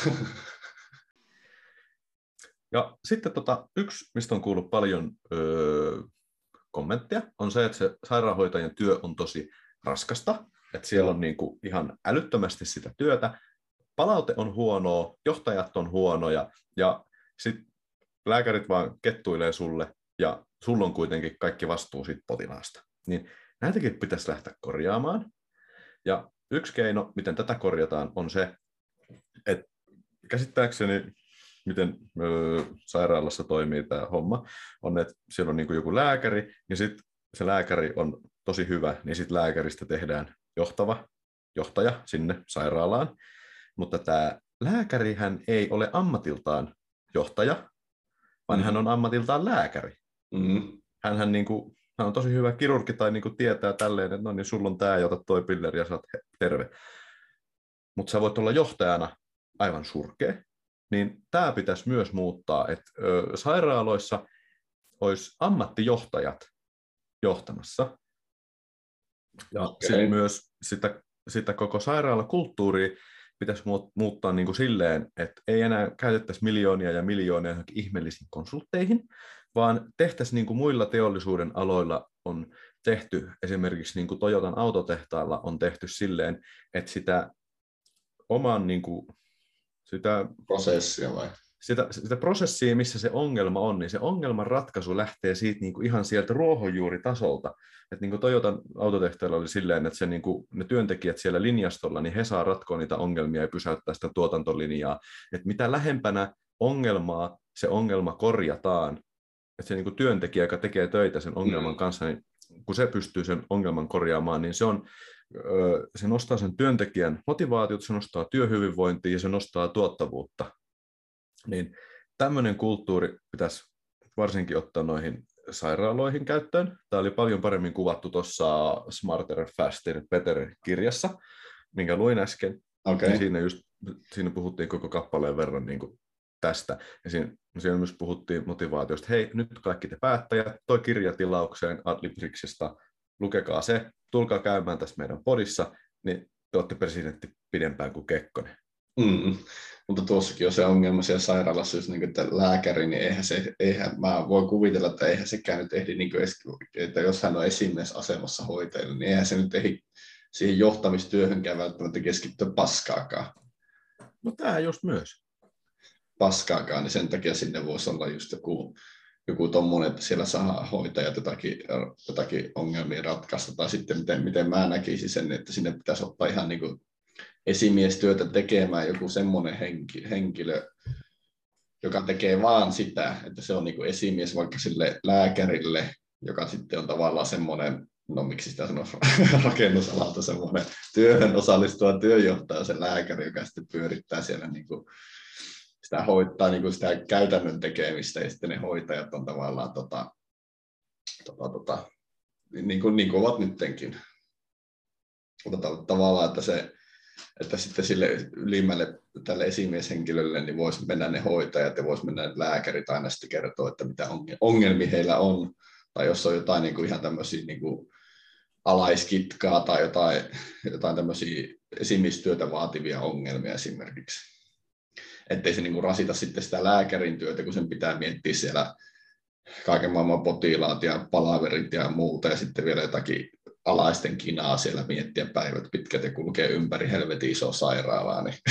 Ja sitten tota, yksi, mistä on kuullut paljon öö, kommentteja, on se, että se sairaanhoitajan työ on tosi raskasta, että siellä on niin kuin ihan älyttömästi sitä työtä, palaute on huonoa, johtajat on huonoja, ja sitten lääkärit vaan kettuilee sulle, ja sulla on kuitenkin kaikki vastuu siitä potilaasta. Niin näitäkin pitäisi lähteä korjaamaan. Ja yksi keino, miten tätä korjataan, on se, että käsittääkseni, miten öö, sairaalassa toimii tämä homma, on, että siellä on niin kuin joku lääkäri, ja sitten se lääkäri on tosi hyvä, niin sitten lääkäristä tehdään johtava johtaja sinne sairaalaan. Mutta tämä lääkärihän ei ole ammatiltaan johtaja, vaan mm. hän on ammatiltaan lääkäri. Mm. Hänhän niin kuin, hän on tosi hyvä kirurgi tai niin kuin tietää tälleen, että no niin, sulla on tämä ja ota toi pilleri ja sä oot terve. Mutta sä voit olla johtajana aivan surkea. Niin tämä pitäisi myös muuttaa, että ö, sairaaloissa olisi ammattijohtajat johtamassa. Ja okay. Sitten myös sitä, sitä koko sairaalakulttuuria pitäisi muuttaa niin kuin silleen, että ei enää käytettäisi miljoonia ja miljoonia johonkin ihmeellisiin konsultteihin, vaan tehtäisiin niin kuin muilla teollisuuden aloilla on tehty, esimerkiksi niin kuin Toyotan autotehtailla on tehty silleen, että sitä oman niin kuin, sitä prosessia vai? Sitä, sitä prosessia, missä se ongelma on, niin se ongelman ratkaisu lähtee siitä niin kuin ihan sieltä ruohonjuuritasolta. Että niin kuin Toyotan autotehtailla oli silleen, että se, niin kuin, ne työntekijät siellä linjastolla, niin he saa ratkoa niitä ongelmia ja pysäyttää sitä tuotantolinjaa. Että mitä lähempänä ongelmaa se ongelma korjataan, että se niin kuin työntekijä, joka tekee töitä sen ongelman mm. kanssa, niin kun se pystyy sen ongelman korjaamaan, niin se on se nostaa sen työntekijän motivaatiota, se nostaa työhyvinvointia ja se nostaa tuottavuutta. Niin tämmöinen kulttuuri pitäisi varsinkin ottaa noihin sairaaloihin käyttöön. Tämä oli paljon paremmin kuvattu tuossa Smarter, Faster, Better-kirjassa, minkä luin äsken. Okay. Siinä, just, siinä puhuttiin koko kappaleen verran niin kuin tästä. Ja siinä Siellä myös puhuttiin motivaatiosta. Hei, nyt kaikki te päättäjät, toi kirja tilaukseen Adlibrixista, lukekaa se, tulkaa käymään tässä meidän podissa, niin te olette presidentti pidempään kuin Kekkonen. Mm. Mutta tuossakin on se ongelma siellä sairaalassa, jos niin että lääkäri, niin eihän se, eihän, mä voin kuvitella, että eihän sekään nyt ehdi, niin kuin, että jos hän on esimiesasemassa hoitajille, niin eihän se nyt ehdi siihen johtamistyöhönkään välttämättä keskittyä paskaakaan. No tämä just myös. Paskaakaan, niin sen takia sinne voisi olla just joku, joku tommoinen, että siellä saa hoitajat jotakin, jotakin ongelmia ratkaista, tai sitten miten, miten mä näkisin sen, että sinne pitäisi ottaa ihan niin kuin esimiestyötä tekemään joku semmoinen henki, henkilö, joka tekee vaan sitä, että se on niin kuin esimies vaikka sille lääkärille, joka sitten on tavallaan semmoinen, no miksi sitä sanoisi, rakennusalalta semmoinen työhön osallistuva työjohtaja, se lääkäri, joka sitten pyörittää siellä niin kuin sitä hoitaa niin kuin sitä käytännön tekemistä, ja sitten ne hoitajat on tavallaan tota, tota, tota, niin, kuin, niin kuin ovat nyttenkin. Mutta tavallaan, että, se, että sitten sille ylimmälle tälle esimieshenkilölle niin voisi mennä ne hoitajat ja voisi mennä ne lääkärit aina sitten kertoa, että mitä ongelmia heillä on, tai jos on jotain niin kuin ihan tämmöisiä niin kuin alaiskitkaa tai jotain, jotain tämmöisiä esimiestyötä vaativia ongelmia esimerkiksi. Ettei se niin kuin rasita sitten sitä lääkärin työtä, kun sen pitää miettiä siellä kaiken maailman potilaat ja palaverit ja muuta, ja sitten vielä jotakin alaisten kinaa siellä miettiä päivät pitkät ja kulkee ympäri helvetin iso sairaalaa. Niin,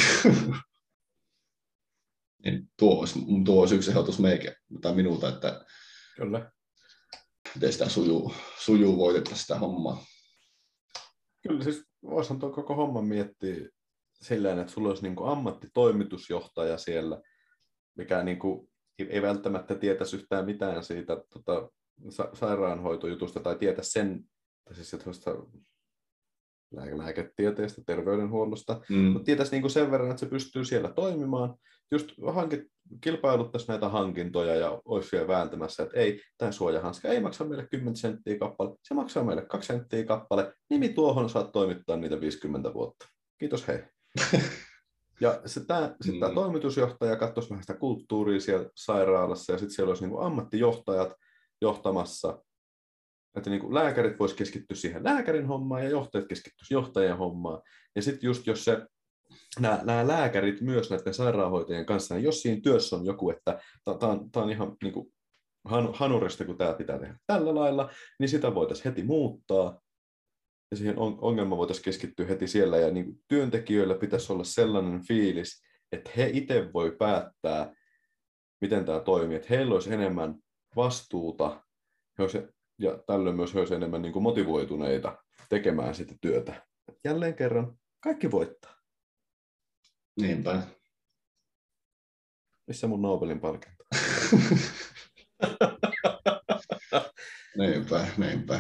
niin tuo, olisi, tuo olisi yksi ehdotus meikä, tai minulta, että Kyllä. miten sitä sujuu, sujuu voitetta sitä hommaa. Kyllä, siis voisihan tuo koko homma miettiä silleen, että sulla olisi niin kuin ammattitoimitusjohtaja siellä, mikä niin kuin ei välttämättä tietäisi yhtään mitään siitä tota, sa- sairaanhoitojutusta tai tietä sen, tai siis lääketieteestä, terveydenhuollosta, mm. mutta tietäisi niin kuin sen verran, että se pystyy siellä toimimaan. Just hankit, kilpailuttaisi näitä hankintoja ja olisi siellä vääntämässä, että ei, tämä suojahanska ei maksa meille kymmenen senttiä kappale, se maksaa meille kaksi senttiä kappale, nimi tuohon saat toimittaa niitä viisikymmentä vuotta. Kiitos, hei. Ja sitten tämä mm. toimitusjohtaja katsoisi vähän sitä kulttuuria siellä sairaalassa, ja sitten siellä olisi niinku ammattijohtajat johtamassa, että niinku lääkärit voisi keskittyä siihen lääkärin hommaan, ja johtajat keskittyisi johtajien hommaan. Ja sitten just jos se, nämä lääkärit myös näiden sairaanhoitajien kanssa, niin jos siinä työssä on joku, että tämä on, on ihan niinku hanurista, kun tämä pitää tehdä tällä lailla, niin sitä voitaisiin heti muuttaa. Ja siihen ongelmaan voitaisiin keskittyä heti siellä, ja niin työntekijöillä pitäisi olla sellainen fiilis, että he itse voi päättää, miten tämä toimii, että heillä olisi enemmän vastuuta, ja tällöin myös he olisi enemmän niin kuin motivoituneita tekemään sitä työtä. Jälleen kerran, kaikki voittaa. Niinpä. Missä mun Nobelin palkinto? Niinpä, niinpä.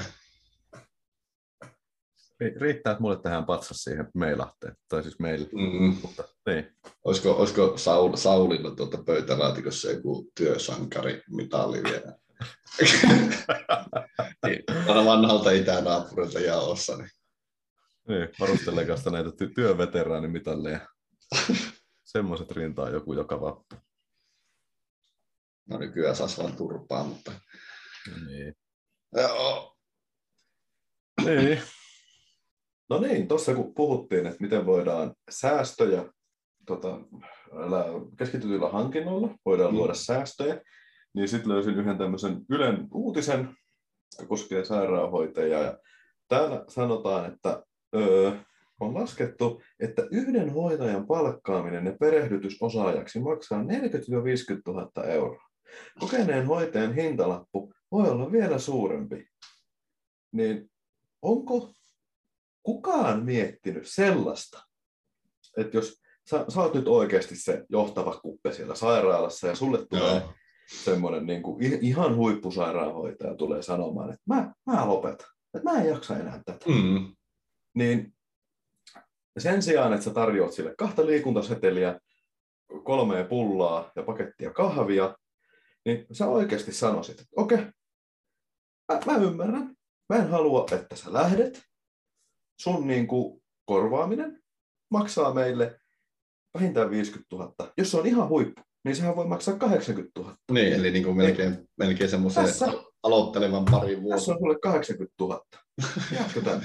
Riittää, että mulle tähän patsas siihen meilahteen, tai siis meille. Mm. Mutta, niin. Olisiko, olisiko Saul, Saulilla tuota pöytälaatikossa joku työsankarimitali vielä? Niin, vanhalta itänaapurilta jaossa. Niin. Niin, varusteleeko sitä näitä ty- työveteraanimitalleja? Semmoiset rintaa joku joka vappu. No nykyään saisi vaan turpaa, mutta... Niin. Joo. Niin. No niin, tuossa kun puhuttiin, että miten voidaan säästöjä, tota, keskitytyillä hankinnoilla voidaan mm. luoda säästöjä, niin sitten löysin yhden tämmöisen Ylen uutisen, joka koskee sairaanhoitajaa. Ja täällä sanotaan, että öö, on laskettu, että yhden hoitajan palkkaaminen ja perehdytysosaajaksi maksaa neljäkymmentä viisikymmentä tuhatta euroa. Kokeneen hoitajan hintalappu voi olla vielä suurempi. Niin onko kukaan miettinyt sellaista, että jos sä, sä oot nyt oikeasti se johtava kuppe siellä sairaalassa ja sulle tulee Joo. semmoinen niin kuin ihan huippusairaanhoitaja tulee sanomaan, että mä, mä lopetan, että mä en jaksa enää tätä. Mm. Niin sen sijaan, että sä tarjoat sille kahta liikuntaseteliä, kolmea pullaa ja pakettia kahvia, niin sä oikeasti sanoisit, että okei, okay, mä, mä ymmärrän, mä en halua, että sä lähdet. Sun niin kuin korvaaminen maksaa meille vähintään viisikymmentä tuhatta, jos se on ihan huippu. niin sehän voi maksaa kahdeksankymmentätuhatta. Niin, eli niin kuin melkein, melkein semmoisen Tässä, aloittelevan parin vuotta. tässä on sulle kahdeksankymmentätuhatta. Jatko tänne.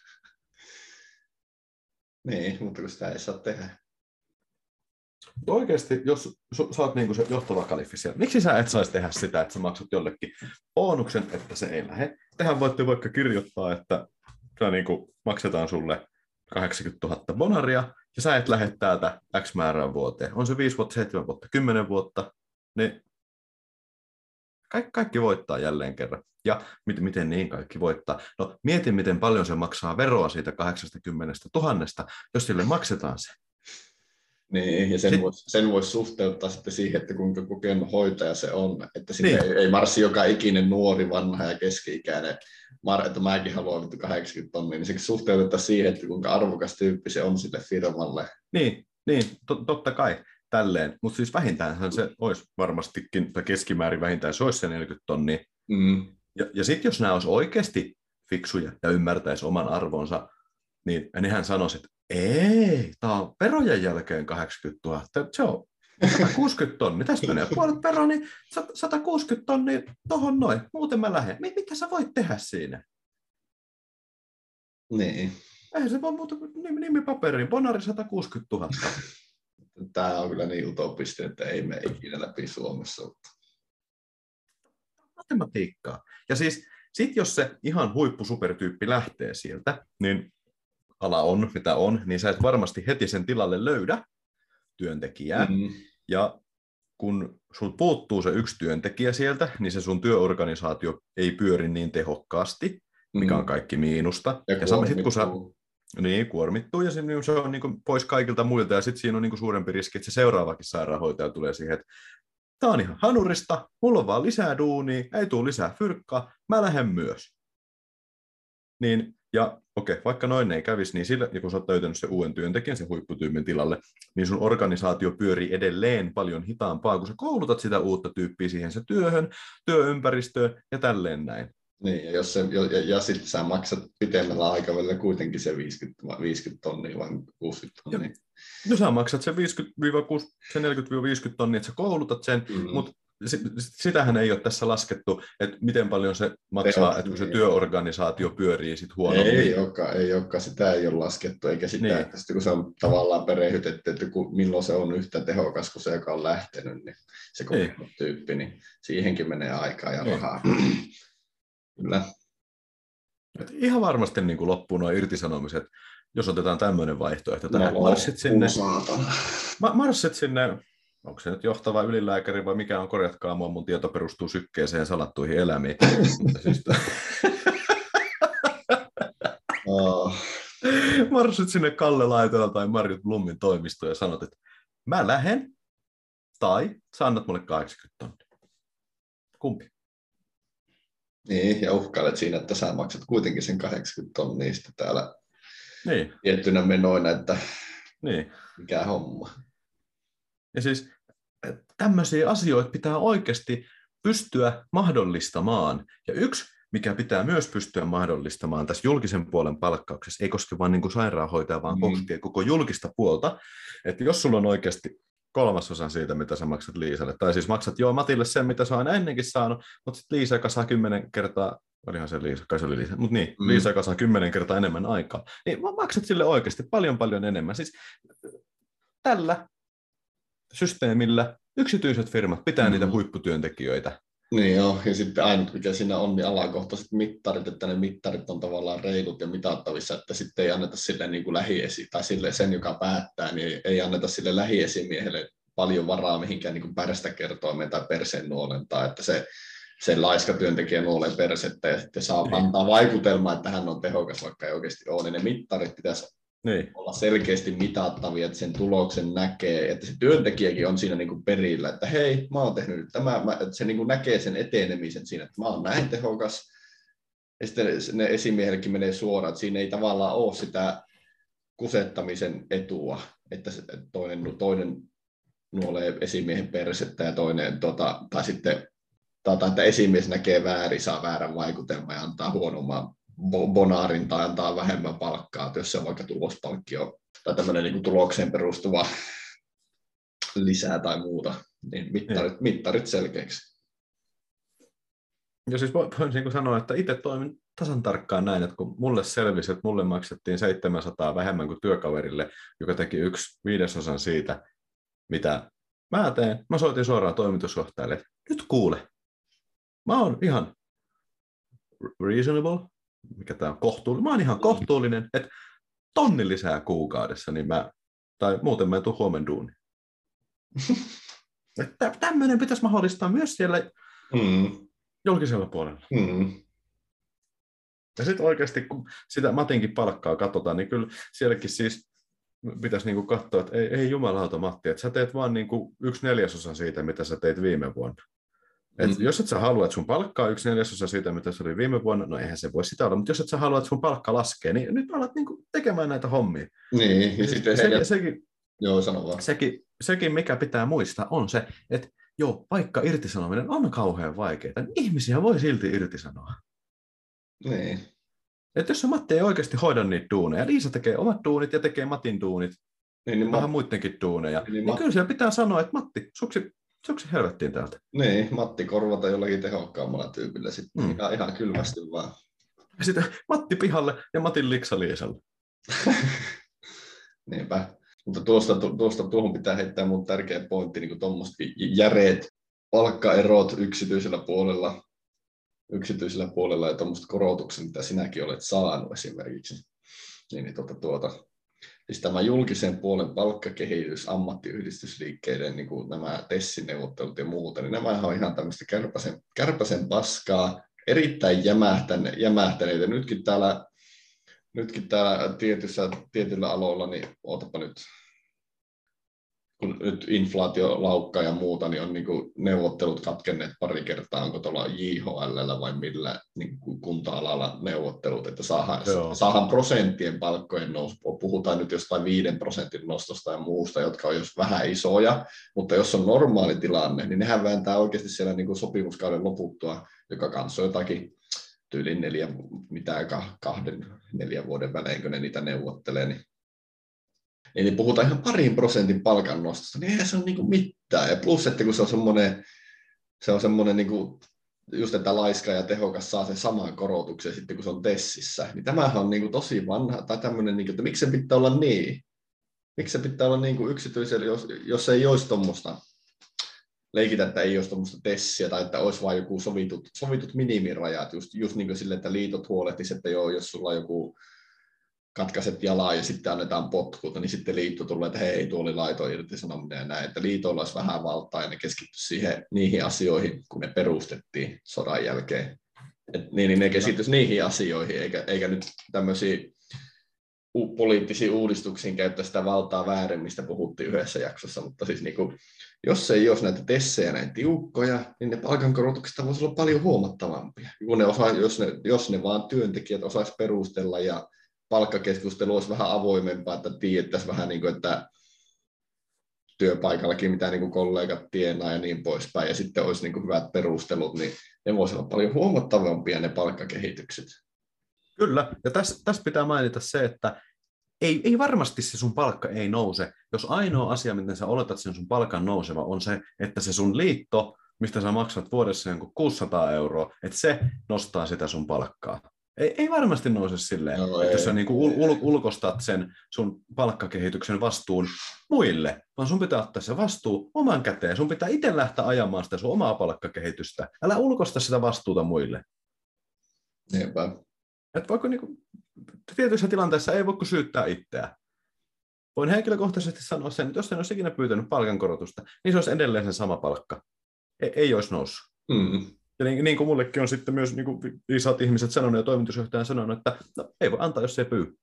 Niin, mutta kun sitä ei saa tehdä. Oikeasti, jos su, sä oot niinku se johtava kaliffi siellä, miksi sä et saisi tehdä sitä, että sä maksat jollekin bonuksen, että se ei lähde? Tehän voitte vaikka kirjoittaa, että sä niinku maksetaan sulle kahdeksankymmentätuhatta bonaria, ja sä et lähde täältä X määrään vuoteen. On se viisi vuotta, seitsemän vuotta, kymmenen vuotta, niin kaikki, kaikki voittaa jälleen kerran. Ja mit, miten niin kaikki voittaa? No mietin, miten paljon se maksaa veroa siitä kahdeksankymmentätuhatta, jos sille maksetaan se. Niin, ja sen, Sit... voisi, sen voisi suhteuttaa sitten siihen, että kuinka kokenut hoitaja se on. Että sinne niin. ei, ei marssi joka ikinen nuori, vanha ja keski-ikäinen, että mäkin haluan kahdeksankymmentä tonnia, niin se suhteutetaan siihen, että kuinka arvokas tyyppi se on sille firmalle. Niin, niin to, totta kai tälleen. Mutta siis vähintäänhän se olisi varmastikin, tai keskimäärin vähintään se olisi se neljäkymmentä tonnia. Mm. Ja, ja sitten jos nämä olisi oikeasti fiksuja ja ymmärtäisi oman arvonsa, niin nehän sanoisi, että ei, tämä on verojen jälkeen kahdeksankymmentätuhatta, se on sata kuusikymmentä tonnia, tässä menee puolet veroa, niin sata kuusikymmentä tonnia tohon noin, muuten mä lähden. Mitä sä voit tehdä siinä? Niin. Eihän se voi muuta nimi paperiin, bonari sata kuusikymmentätuhatta. Tämä on kyllä niin utopistinen, että ei mene ikinä läpi Suomessa. Matematiikkaa. Ja siis sit jos se ihan huippusupertyyppi lähtee sieltä, niin ala on, mitä on, niin sä et varmasti heti sen tilalle löydä työntekijää. Mm-hmm. Ja kun sul puuttuu se yksi työntekijä sieltä, niin se sun työorganisaatio ei pyöri niin tehokkaasti, mikä mm-hmm. on kaikki miinusta. Ja, ja sama, sit, kun sä, niin, kuormittuu, ja se on niin kuin pois kaikilta muilta, ja sitten siinä on niin kuin suurempi riski, että se seuraavakin sairaanhoitaja tulee siihen, että tää on ihan hanurista, mulla on vaan lisää duunia, ei tule lisää fyrkkaa, mä lähden myös. Niin, ja okei, okay, vaikka noin ei kävisi, niin sillä, ja kun sä oot löytänyt sen uuden työntekijän, sen huipputyymin tilalle, niin sun organisaatio pyörii edelleen paljon hitaampaa, kun sä koulutat sitä uutta tyyppiä siihen se työhön, työympäristöön ja tälleen näin. Niin, ja, jos se, ja, ja sitten sä maksat pitemmällä aikavälillä kuitenkin se viisikymmentä, viisikymmentä tonnia vai kuusikymmentä tonnia. No sä maksat se, se neljäkymmentä viisikymmentä tonnia, että sä koulutat sen, mm-hmm. mutta sitähän ei ole tässä laskettu, että miten paljon se maksaa, Teot, että kun se työorganisaatio pyörii sit huonommin. Ei olekaan, ei olekaan, sitä ei ole laskettu, eikä sitä, niin. Että kun se on tavallaan perehdytetty, että milloin se on yhtä tehokas kuin se, joka on lähtenyt, niin se kokenut tyyppi, niin siihenkin menee aikaa ja rahaa. Kyllä. Et ihan varmasti niin kuin loppuu nuo irtisanomiset, jos otetaan tämmöinen vaihtoehto. No, marssit sinne, ma- marssit sinne, onko se nyt johtava ylilääkäri vai mikä on, korjatkaa mua, mun tieto perustuu sykkeeseen ja salattuihin elämiin. siis oh. Marssit sinne Kalle Laitola tai Marjut Blummin toimistoon ja sanot, että mä lähden tai sä annat mulle kahdeksankymmentä tonnia. Kumpi? Niin, ja uhkailet siinä, että sä maksat kuitenkin sen kahdeksankymmentä tonnia täällä niin. tiettynä menoina, että niin. mikä homma. Ja siis tämmöisiä asioita pitää oikeasti pystyä mahdollistamaan. Ja yksi, mikä pitää myös pystyä mahdollistamaan tässä julkisen puolen palkkauksessa, ei koske vain niin kuin sairaanhoitajaa, vaan mm. koskee koko julkista puolta, että jos sulla on oikeasti kolmasosan siitä, mitä sä maksat Liisalle. Tai siis maksat joo Matille sen, mitä sä on aina ennenkin saanut, mutta sitten Liisa, joka saa kymmenen kertaa, olihan se Liisa, kai se oli Liisa, mutta niin, mm. Liisa, joka saa kymmenen kertaa enemmän aikaa, niin maksat sille oikeasti paljon paljon enemmän. Siis tällä systeemillä yksityiset firmat pitää mm. niitä huipputyöntekijöitä. Niin joo, ja sitten ainut mikä siinä on, niin alakohtaiset mittarit, että ne mittarit on tavallaan reilut ja mitattavissa, että sitten ei anneta sille niin kuin lähiesi, tai sille sen, joka päättää, niin ei anneta sille lähiesimiehelle paljon varaa mihinkään niin kuin pärstäkertoimeen tai perseen nuolen, tai että se, se laiska työntekijä nuolee persettä ja sitten saa antaa vaikutelmaa, että hän on tehokas, vaikka ei oikeasti ole, niin ne mittarit pitäisi niin olla selkeästi mitattavia, että sen tuloksen näkee, että se työntekijäkin on siinä niin kuin perillä, että hei, mä oon tehnyt nyt tämä, että se niin kuin näkee sen etenemisen siinä, että mä oon näin tehokas, ja sitten ne esimiehellekin menee suoraan, että siinä ei tavallaan ole sitä kusettamisen etua, että toinen, toinen nuolee esimiehen persettä ja toinen, tota, tai sitten tai että esimies näkee väärin, saa väärän vaikutelman ja antaa huonomman bonaarin tai antaa vähemmän palkkaa, jos se on vaikka tulospalkkio tai tämmöinen niin kuin tulokseen perustuva lisää tai muuta. niin mittarit, niin. mittarit selkeäksi. Ja siis voin niin sanoa, että itse toimin tasan tarkkaan näin, että kun mulle selvisi, että mulle maksettiin seitsemänsataa vähemmän kuin työkaverille, joka teki yksi viidesosan siitä, mitä mä teen, mä soitin suoraan toimitusjohtajalle, että nyt kuule, mä oon ihan reasonable, mikä tää on, kohtuullinen, mä oon ihan kohtuullinen, että tonni lisää kuukaudessa, niin mä, tai muuten mä en tuu huomen duuniin. Että tämmöinen pitäisi mahdollistaa myös siellä mm. julkisella puolella. Mm. Ja sitten oikeasti, kun sitä Matinkin palkkaa katsotaan, niin kyllä sielläkin siis pitäisi niinku katsoa, että ei, ei jumalauta Matti, että sä teet vaan niinku yksi neljäsosa siitä, mitä sä teit viime vuonna. Et mm. Jos et sä halua, että sun palkkaa yksi neljäsosa siitä, mitä se oli viime vuonna, no eihän se voi sitä olla, mutta jos et sä halua, että sun palkka laskee, niin nyt alat niinku tekemään näitä hommia. Niin, ja sitten sekin, heidän... sekin, joo, sano vaan. Sekin, sekin, mikä pitää muistaa, on se, että joo, vaikka irtisanominen on kauhean vaikeaa, niin ihmisiä voi silti irtisanoa. Niin. Että jos se Matti ei oikeasti hoida niitä duuneja, Liisa tekee omat duunit ja tekee Matin duunit, niin, niin vähän Mat... muidenkin duuneja, niin, niin, niin Mat... kyllä siellä pitää sanoa, että Matti, suksi, suksi helvettiin täältä. Niin, Matti korvata jollakin tehokkaammalla tyypillä sitten, mm. ihan, ihan kylmästi vaan. Ja sitten Matti pihalle ja Matin liksa Liisalle. Niinpä. Mutta tuosta, tuosta tuohon pitää heittää mun tärkeä pointti, niin kuin tuommoista järeet palkkaerot yksityisellä puolella, yksityisellä puolella ja tuommoista korotuksen, mitä sinäkin olet saanut esimerkiksi. Niin, niin tuota, tuota. Siis tämä julkisen puolen palkkakehitys, ammattiyhdistysliikkeiden, niin kuin nämä tessineuvottelut ja muuta, niin nämä on ihan tämmöistä kärpäsen, kärpäsen paskaa, erittäin jämähtäneitä. jämähtäneitä. Nytkin täällä Nytkin täällä tietyssä, tietyillä aloilla, niin ootapa nyt, kun nyt inflaatio laukkaa ja muuta, niin on niin kuin neuvottelut katkenneet pari kertaa, onko tuolla J H L:llä vai millä niin kuin kunta-alalla neuvottelut, että saadaan, saadaan prosenttien palkkojen nousu. Puhutaan nyt jostain viiden prosentin nostosta ja muusta, jotka on jos vähän isoja, mutta jos on normaali tilanne, niin nehän vääntää oikeasti siellä niin kuin sopimuskauden loputtua, joka kanssa on jotakin tyyliin neljä, mitä kahden, neljän vuoden välein, kun ne niitä neuvottelee, niin, niin puhutaan ihan parin prosentin palkannostosta, niin eihän se ole niin kuin mitään. Ja plus, että kun se on semmoinen, se on semmoinen niin kuin, just että laiska ja tehokas saa sen saman korotuksen sitten, kun se on tessissä, niin tämähän on niin kuin tosi vanha, tai tämmöinen, niin kuin, että miksi se pitää olla niin? Miksi se pitää olla niin kuin yksityisellä, jos, jos ei olisi tuommoista, leikitä, että ei olisi tuommoista tessiä tai että olisi vain joku sovitut, sovitut minimirajat, just, just niin kuin sille, että liitot huolehtisivat, että joo, jos sulla on joku katkaiset jalaa ja sitten annetaan potkut, niin sitten liitto tulee, että hei, tuo oli laito irtisanominen ja näin, että liitoilla olisi vähän valtaa ja ne keskittyisi siihen, niihin asioihin, kun ne perustettiin sodan jälkeen. Et, niin, niin ne keskittyisi niihin asioihin, eikä, eikä nyt tämmöisiä poliittisiin uudistuksiin käyttää sitä valtaa väärin, mistä puhuttiin yhdessä jaksossa, mutta siis niin kuin, jos ei olisi näitä tessejä näin tiukkoja, niin ne palkankorotukset voisi olla paljon huomattavampia. Kun ne osa, jos, ne, jos ne vaan työntekijät osaisi perustella ja palkkakeskustelu olisi vähän avoimempaa, että tiedettäisiin vähän niin kuin, että työpaikallakin mitä niin kuin kollegat tienaa ja niin poispäin, ja sitten olisi niin kuin hyvät perustelut, niin ne voisi olla paljon huomattavampia ne palkkakehitykset. Kyllä, ja tässä, tässä pitää mainita se, että ei, ei varmasti se sun palkka ei nouse, jos ainoa asia, miten sä oletat sen sun palkan nouseva, on se, että se sun liitto, mistä sä maksat vuodessa jonkun kuusisataa euroa, että se nostaa sitä sun palkkaa. Ei, ei varmasti nouse silleen, no, että ei, sä niinku ul, ul, ulkostat sen sun palkkakehityksen vastuun muille, vaan sun pitää ottaa se vastuu oman käteen, sun pitää itse lähteä ajamaan sitä sun omaa palkkakehitystä, älä ulkosta sitä vastuuta muille. Niinpä. Että voiko niinku, tietyissä tilanteissa ei voi syyttää itseään. Voin henkilökohtaisesti sanoa sen, että jos en olisi ikinä pyytänyt palkankorotusta, niin se olisi edelleen sen sama palkka. Ei, ei olisi noussut. Mm. Ja niin, niin kuin mullekin on sitten myös niin kuin viisaat ihmiset sanonut ja toimitusjohtaja on sanonut, että no, ei voi antaa, jos ei pyy.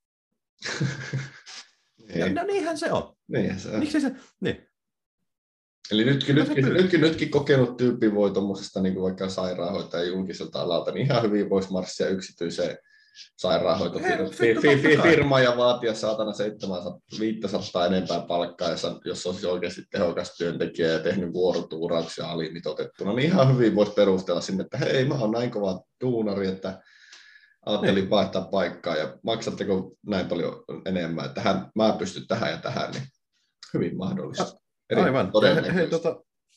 ja, no niinhän se on. Niinhän se on. Miksi se? Niin. Eli nytkin, nytkin, nytkin, nytkin kokenut tyyppi voi tuommoisesta niin kuin vaikka sairaanhoitajan julkiselta alalta, niin ihan hyvin voisi marssia yksityiseen sairaanhoitofirmaan ja vaatia saatana seitsemänsataa enempää palkkaa, jos olisi oikeasti tehokas työntekijä ja tehnyt vuorotuurauksia alimitoitettuna, niin ihan hyvin voisi perustella sinne, että hei, mä oon näin kova duunari, että ajattelin vaihtaa paikkaa ja maksatteko näin paljon enemmän, että hän, mä pystyn tähän ja tähän, niin hyvin mahdollista. Aivan. Hei, tota,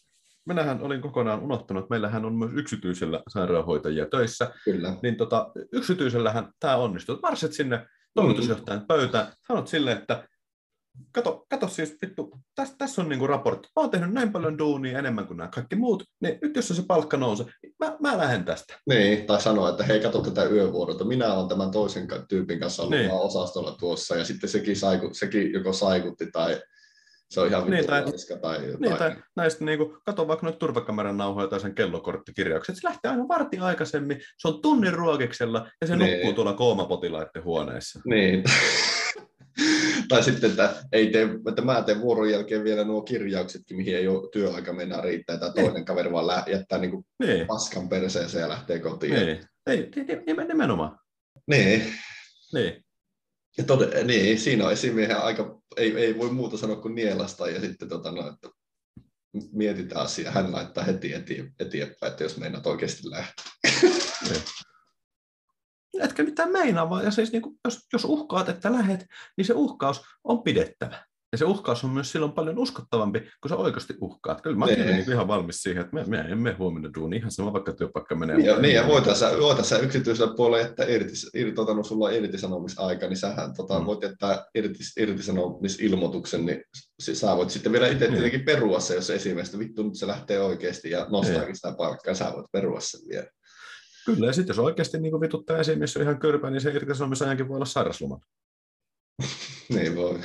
minähän olin kokonaan unohtanut, että meillähän on myös yksityisellä sairaanhoitajia töissä. Kyllä. Niin tota, yksityisellähän tämä onnistuu. Marssit sinne toimitusjohtajan pöytään, sanot silleen, että Kato, kato siis, vittu, tässä täs on niinku raportti. Mä oon tehnyt näin paljon duunia enemmän kuin nämä kaikki muut, niin nyt jos se palkka nousee, mä, mä lähden tästä. Niin, tai sanoa, että hei, kato tätä yövuorota. Minä olen tämän toisen tyypin kanssa ollut niin. osastolla tuossa, ja sitten sekin, saiku, sekin joko saikutti, tai se on ihan vittu niin, tai, laiska, tai jotain. Niin, tai näistä, niinku, kato vaikka noita turvakameran nauhoja tai sen kellokorttikirjauksia. Se lähtee aina vartin aikaisemmin, se on tunnin ruokiksella, ja se niin. nukkuu tuolla koomapotilaiden huoneessa. Niin. Tai sitten, että, ei tee, että mä teen vuoron jälkeen vielä nuo kirjauksetkin, mihin ei ole työaika mennä riittää, tai toinen kaveri vaan lä- jättää niin kuin niin. paskan perseeseen ja lähtee kotiin. Niin, ei, nimenomaan. Niin. Niin. Ja tode, niin, siinä on esimiehen aika, ei, ei voi muuta sanoa kuin nielasta, ja sitten tota, no, että mietitään asiaa, hän laittaa heti eteenpäin, että jos meinaat oikeasti lähteä. Niin. Etkä mitään meinaa, vaan ja siis, niin kuin, jos, jos uhkaat, että lähet, niin se uhkaus on pidettävä. Ja se uhkaus on myös silloin paljon uskottavampi, kun sä oikeasti uhkaat. Kyllä mä olen niin ihan valmis siihen, että me, me emme huomenna duuni, ihan sama vaikka työpaikka menee. Niin, niin ja voitaisiin yksityisellä puolella jättää irtis, irti, sulla on irtisanomisaika, niin sähän tota, mm. voit jättää irtis, irtisanomisilmoituksen, niin sä voit sitten vielä itse tietenkin perua se, jos esimerkiksi vittu nyt se lähtee oikeasti ja nostaakin sitä palkkaa, sä voit perua sen vielä. Kyllä, ja sitten jos oikeasti niin vituttaa esimies on ihan kyrpä, niin se irtisanomisajankin voi olla sairaslomalla. Niin voi.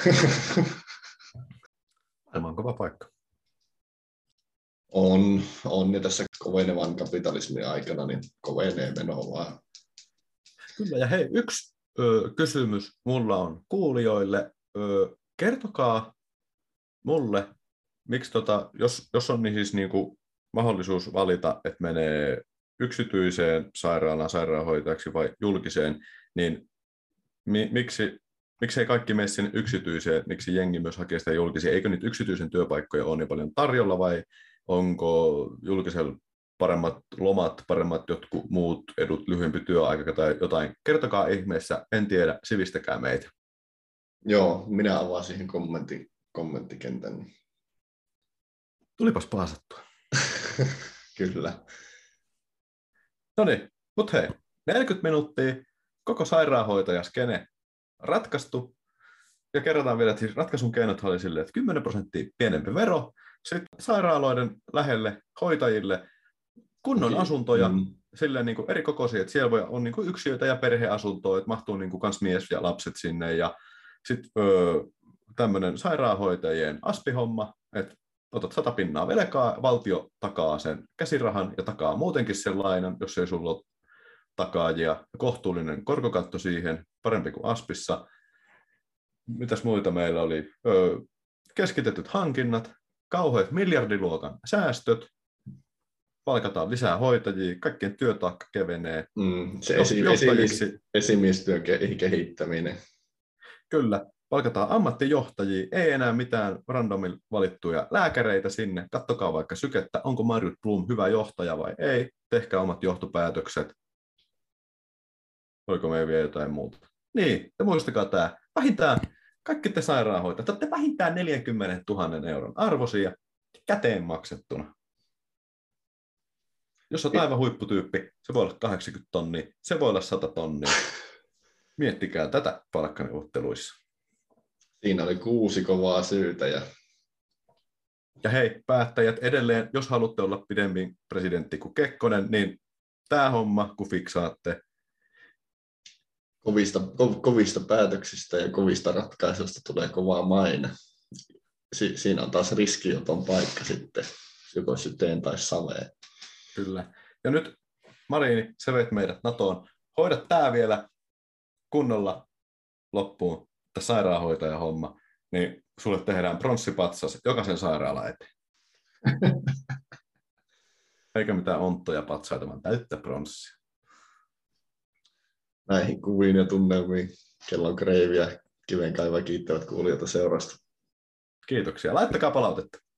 Maailma on kova paikka. On, on, ja tässä kovenevan kapitalismin aikana niin kovenee menoa vaan. Kyllä, ja hei, yksi ö, kysymys mulla on kuulijoille. Ö, kertokaa mulle, miksi tota, jos, jos on niin siis niinku mahdollisuus valita, että menee yksityiseen sairaalaan sairaanhoitajaksi vai julkiseen, niin mi, miksi, miksi ei kaikki mene sinne yksityiseen, miksi jengi myös hakee sitä julkisia? Eikö niitä yksityisen työpaikkoja ole niin paljon tarjolla vai onko julkisella paremmat lomat, paremmat jotkut muut edut, lyhyempi työaika tai jotain? Kertokaa ihmeessä, en tiedä, sivistäkää meitä. Joo, minä avaan siihen kommentti, kommenttikentän. Tulipas paasattua. Kyllä. No niin, mutta hei, neljäkymmentä minuuttia, koko sairaanhoitajaskene ratkaistu. Ja kerrotaan vielä, että siis ratkaisun keinot oli silleen, että kymmenen prosenttia pienempi vero, sitten sairaaloiden lähelle hoitajille kunnon okay. asuntoja, mm. silleen niin kuin eri kokoisia, että siellä voi, on niin kuin yksiöitä ja perheasuntoja, että mahtuu niin kuin kans mies ja lapset sinne, ja sitten öö, tämmöinen sairaanhoitajien aspihomma, että otat sata pinnaa velkaa, valtio takaa sen käsirahan ja takaa muutenkin sen lainan, jos ei sulla ole takaajia. Kohtuullinen korkokatto siihen, parempi kuin Aspissa. Mitäs muita meillä oli? Öö, keskitetyt hankinnat, kauheat miljardiluokan säästöt, palkataan lisää hoitajia, kaikkien työtaakka kevenee. Mm, se esi- esimies, esimiestyön kehittäminen. Kyllä. Palkataan ammattijohtajia, ei enää mitään randomin valittuja lääkäreitä sinne. Kattokaa vaikka sykettä, onko Marjut Blom hyvä johtaja vai ei. Tehkää omat johtopäätökset. Voiko meidän vielä jotain muuta? Niin, ja muistakaa tämä. Vähintään, kaikki te sairaanhoitajat, te olette vähintään neljäkymmentätuhatta euron arvoisia käteen maksettuna. Jos olet aivan huipputyyppi, se voi olla kahdeksankymmentä tonnia, se voi olla sata tonnia. Miettikää tätä palkkaneuvotteluissa. Siinä oli kuusi kovaa syytä. Ja, ja hei, päättäjät, edelleen, jos haluatte olla pidemmin presidentti kuin Kekkonen, niin tämä homma, kun fiksaatte. Kovista, ko, kovista päätöksistä ja kovista ratkaisuista tulee kovaa maine. Si, siinä on taas riskioton paikka sitten, joko syteen tai saveen. Kyllä. Ja nyt, Marini, sä veit meidät NATOon. Hoida tämä vielä kunnolla loppuun. Tämä sairaanhoitajan homma, niin sulle tehdään pronssipatsas jokaisen sairaala eteen. Eikä mitään onttoja patsaita, vaan täyttä pronssia. Näihin kuviin ja tunnelmiin Kellon Kreivi ja Kivenkaiva kiittävät kuulijoita seurasta. Kiitoksia. Laittakaa palautetta.